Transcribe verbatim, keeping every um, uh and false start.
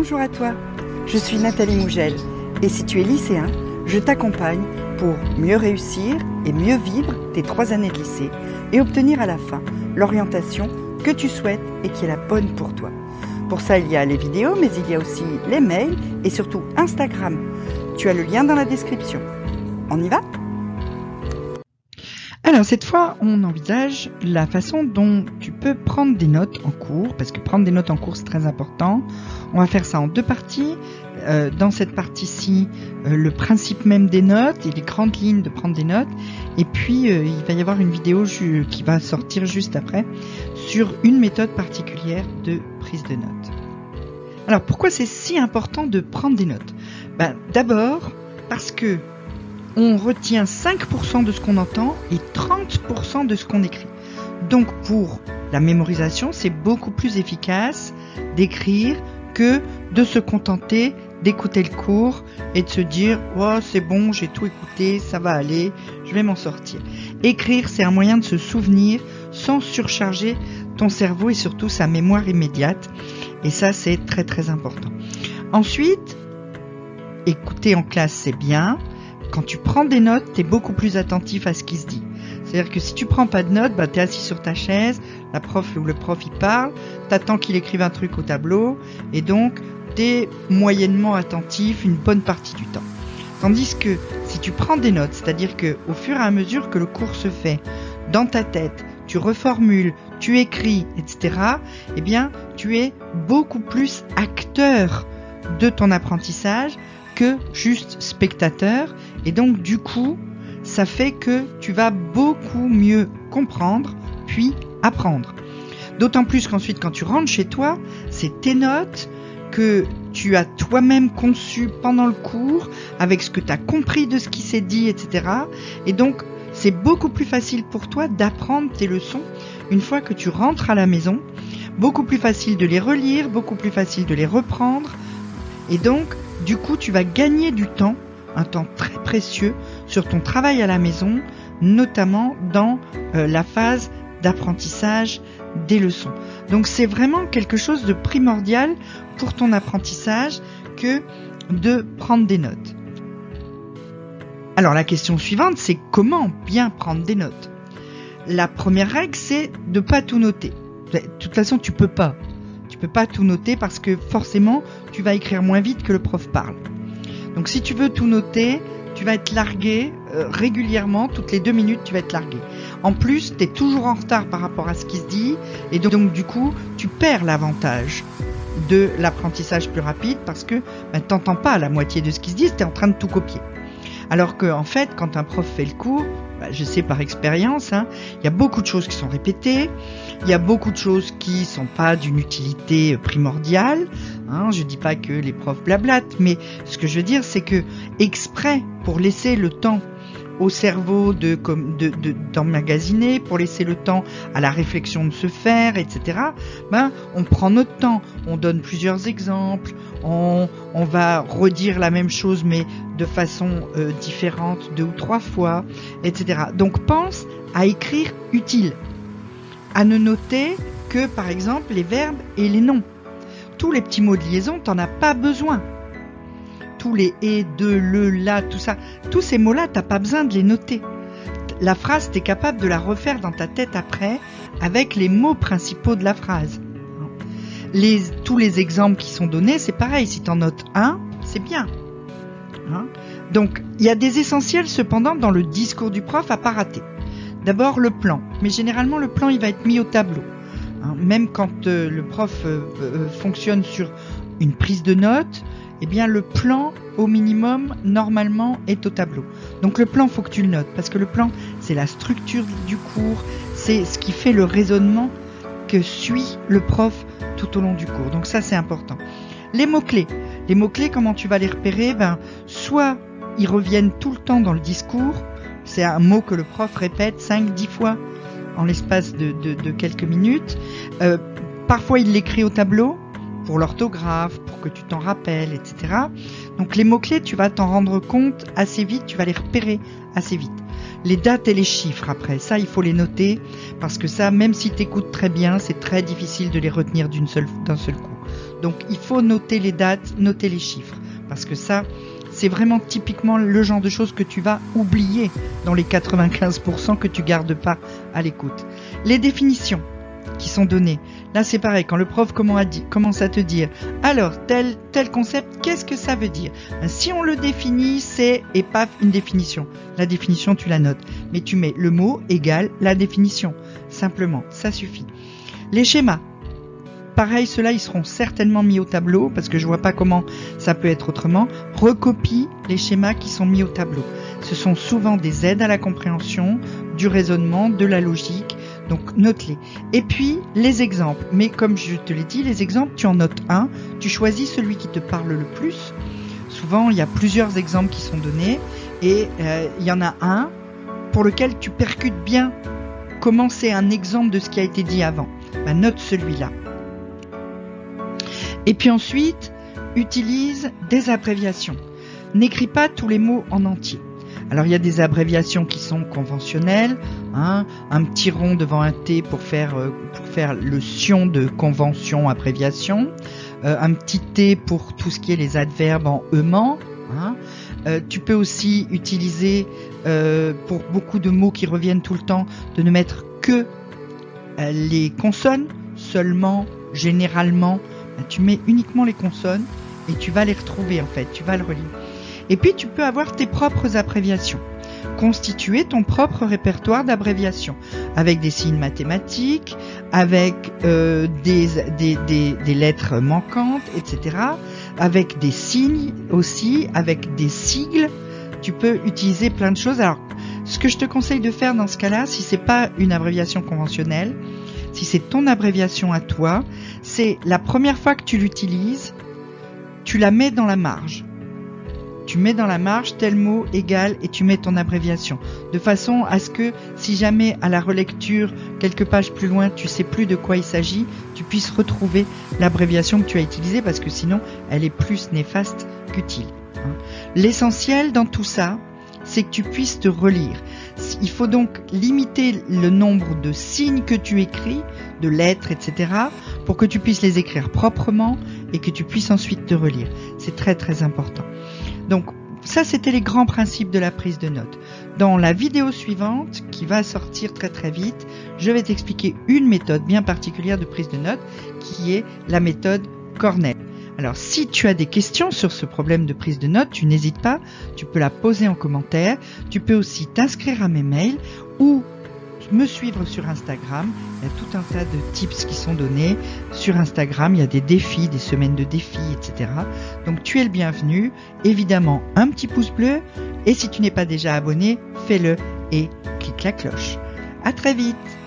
Bonjour à toi, je suis Nathalie Mougel et si tu es lycéen, je t'accompagne pour mieux réussir et mieux vivre tes trois années de lycée et obtenir à la fin l'orientation que tu souhaites et qui est la bonne pour toi. Pour ça, il y a les vidéos, mais il y a aussi les mails et surtout Instagram. Tu as le lien dans la description. On y va ? Alors cette fois, on envisage la façon dont tu peux prendre des notes en cours, parce que prendre des notes en cours c'est très important. On va faire ça en deux parties. Euh, dans cette partie-ci, euh, le principe même des notes et les grandes lignes de prendre des notes. Et puis euh, il va y avoir une vidéo ju- qui va sortir juste après sur une méthode particulière de prise de notes. Alors pourquoi c'est si important de prendre des notes ? Ben, d'abord parce que on retient cinq pour cent de ce qu'on entend et trente pour cent de ce qu'on écrit. Donc pour la mémorisation, c'est beaucoup plus efficace d'écrire que de se contenter d'écouter le cours et de se dire « Oh, c'est bon, j'ai tout écouté, ça va aller, je vais m'en sortir ». Écrire, c'est un moyen de se souvenir sans surcharger ton cerveau et surtout sa mémoire immédiate. Et ça, c'est très très important. Ensuite, écouter en classe, c'est bien. Quand tu prends des notes, tu es beaucoup plus attentif à ce qui se dit. C'est-à-dire que si tu prends pas de notes, bah, tu es assis sur ta chaise, la prof ou le prof il parle, tu attends qu'il écrive un truc au tableau, et donc tu es moyennement attentif une bonne partie du temps. Tandis que si tu prends des notes, c'est-à-dire que au fur et à mesure que le cours se fait, dans ta tête, tu reformules, tu écris, et cetera, eh bien, tu es beaucoup plus acteur de ton apprentissage que juste spectateur, et donc du coup ça fait que tu vas beaucoup mieux comprendre puis apprendre. D'autant plus qu'ensuite quand tu rentres chez toi, c'est tes notes que tu as toi-même conçues pendant le cours avec ce que tu as compris de ce qui s'est dit, et cetera. Et donc c'est beaucoup plus facile pour toi d'apprendre tes leçons une fois que tu rentres à la maison, beaucoup plus facile de les relire, beaucoup plus facile de les reprendre, et donc du coup, tu vas gagner du temps, un temps très précieux, sur ton travail à la maison, notamment dans euh, la phase d'apprentissage des leçons. Donc, c'est vraiment quelque chose de primordial pour ton apprentissage que de prendre des notes. Alors, la question suivante, c'est comment bien prendre des notes ? La première règle, c'est de ne pas tout noter. De toute façon, tu peux pas. Tu peux pas tout noter parce que forcément, tu vas écrire moins vite que le prof parle. Donc si tu veux tout noter, tu vas être largué euh, régulièrement, toutes les deux minutes, tu vas être largué. En plus, tu es toujours en retard par rapport à ce qui se dit et donc, donc du coup, tu perds l'avantage de l'apprentissage plus rapide parce que ben, tu n'entends pas la moitié de ce qui se dit, tu es en train de tout copier. Alors que en fait, quand un prof fait le cours, bah, je sais par expérience, hein, il y a beaucoup de choses qui sont répétées, il y a beaucoup de choses qui sont pas d'une utilité primordiale. Hein, je dis pas que les profs blablatent, mais ce que je veux dire, c'est que exprès pour laisser le temps au cerveau de, de, de, d'emmagasiner, pour laisser le temps à la réflexion de se faire, et cetera. Ben, on prend notre temps, on donne plusieurs exemples, on, on va redire la même chose mais de façon euh, différente deux ou trois fois, et cetera. Donc pense à écrire utile, à ne noter que par exemple les verbes et les noms. Tous les petits mots de liaison, t'en as pas besoin. Tous les et, de, le, la, tout ça, tous ces mots-là, t'as pas besoin de les noter. La phrase, t'es capable de la refaire dans ta tête après avec les mots principaux de la phrase. Les, tous les exemples qui sont donnés, c'est pareil. Si t'en notes un, c'est bien. Hein ? Donc, il y a des essentiels cependant dans le discours du prof à pas rater. D'abord, le plan. Mais généralement, le plan, il va être mis au tableau. Hein ? Même quand euh, le prof euh, euh, fonctionne sur une prise de notes, eh bien le plan au minimum normalement est au tableau. Donc le plan, faut que tu le notes parce que le plan c'est la structure du cours, c'est ce qui fait le raisonnement que suit le prof tout au long du cours. Donc ça c'est important. Les mots-clés, les mots-clés comment tu vas les repérer ? Ben soit ils reviennent tout le temps dans le discours, c'est un mot que le prof répète cinq dix fois en l'espace de, de, de quelques minutes. Euh, parfois il l'écrit au tableau pour l'orthographe, pour que tu t'en rappelles, et cetera. Donc les mots-clés, tu vas t'en rendre compte assez vite, tu vas les repérer assez vite. les dates et les chiffres après, ça il faut les noter parce que ça, même si tu écoutes très bien, c'est très difficile de les retenir d'une seule, d'un seul coup. Donc il faut noter les dates, noter les chiffres parce que ça, c'est vraiment typiquement le genre de choses que tu vas oublier dans les quatre-vingt-quinze pour cent que tu gardes pas à l'écoute. Les définitions qui sont données. Là, c'est pareil. Quand le prof commence à te dire, alors, tel, tel concept, qu'est-ce que ça veut dire? Si on le définit, c'est, et paf, une définition. La définition, tu la notes. Mais tu mets le mot égale la définition. Simplement, ça suffit. Les schémas. Pareil, ceux-là, ils seront certainement mis au tableau, parce que je vois pas comment ça peut être autrement. Recopie les schémas qui sont mis au tableau. Ce sont souvent des aides à la compréhension, du raisonnement, de la logique. Donc, note-les. Et puis, les exemples. Mais comme je te l'ai dit, les exemples, tu en notes un. Tu choisis celui qui te parle le plus. Souvent, il y a plusieurs exemples qui sont donnés. Et euh, il y en a un pour lequel tu percutes bien comment c'est un exemple de ce qui a été dit avant. Ben, note celui-là. Et puis ensuite, utilise des abréviations. N'écris pas tous les mots en entier. Alors il y a des abréviations qui sont conventionnelles, hein, un petit rond devant un T pour faire euh, pour faire le sion de convention abréviation, euh, un petit T pour tout ce qui est les adverbes en ement. Hein. Euh, tu peux aussi utiliser euh, pour beaucoup de mots qui reviennent tout le temps de ne mettre que euh, les consonnes, seulement, généralement. Tu mets uniquement les consonnes et tu vas les retrouver en fait, tu vas le relire. Et puis tu peux avoir tes propres abréviations, constituer ton propre répertoire d'abréviations avec des signes mathématiques, avec euh, des, des, des, des lettres manquantes, et cetera. Avec des signes aussi, avec des sigles. Tu peux utiliser plein de choses. Alors, ce que je te conseille de faire dans ce cas-là, si c'est pas une abréviation conventionnelle, si c'est ton abréviation à toi, c'est la première fois que tu l'utilises, tu la mets dans la marge. Tu mets dans la marge tel mot égal et tu mets ton abréviation. De façon à ce que si jamais à la relecture, quelques pages plus loin, tu sais plus de quoi il s'agit, tu puisses retrouver l'abréviation que tu as utilisée parce que sinon elle est plus néfaste qu'utile. L'essentiel dans tout ça, c'est que tu puisses te relire. Il faut donc limiter le nombre de signes que tu écris, de lettres, et cetera, pour que tu puisses les écrire proprement et que tu puisses ensuite te relire. C'est très très important. Donc ça, c'était les grands principes de la prise de notes. Dans la vidéo suivante, qui va sortir très très vite, je vais t'expliquer une méthode bien particulière de prise de notes, qui est la méthode Cornell. Alors, si tu as des questions sur ce problème de prise de notes, tu n'hésites pas, tu peux la poser en commentaire. Tu peux aussi t'inscrire à mes mails ou me suivre sur Instagram. Il y a tout un tas de tips qui sont donnés. Sur Instagram, il y a des défis, des semaines de défis, et cetera. Donc, tu es le bienvenu. Évidemment, un petit pouce bleu. Et si tu n'es pas déjà abonné, fais-le et clique la cloche. À très vite!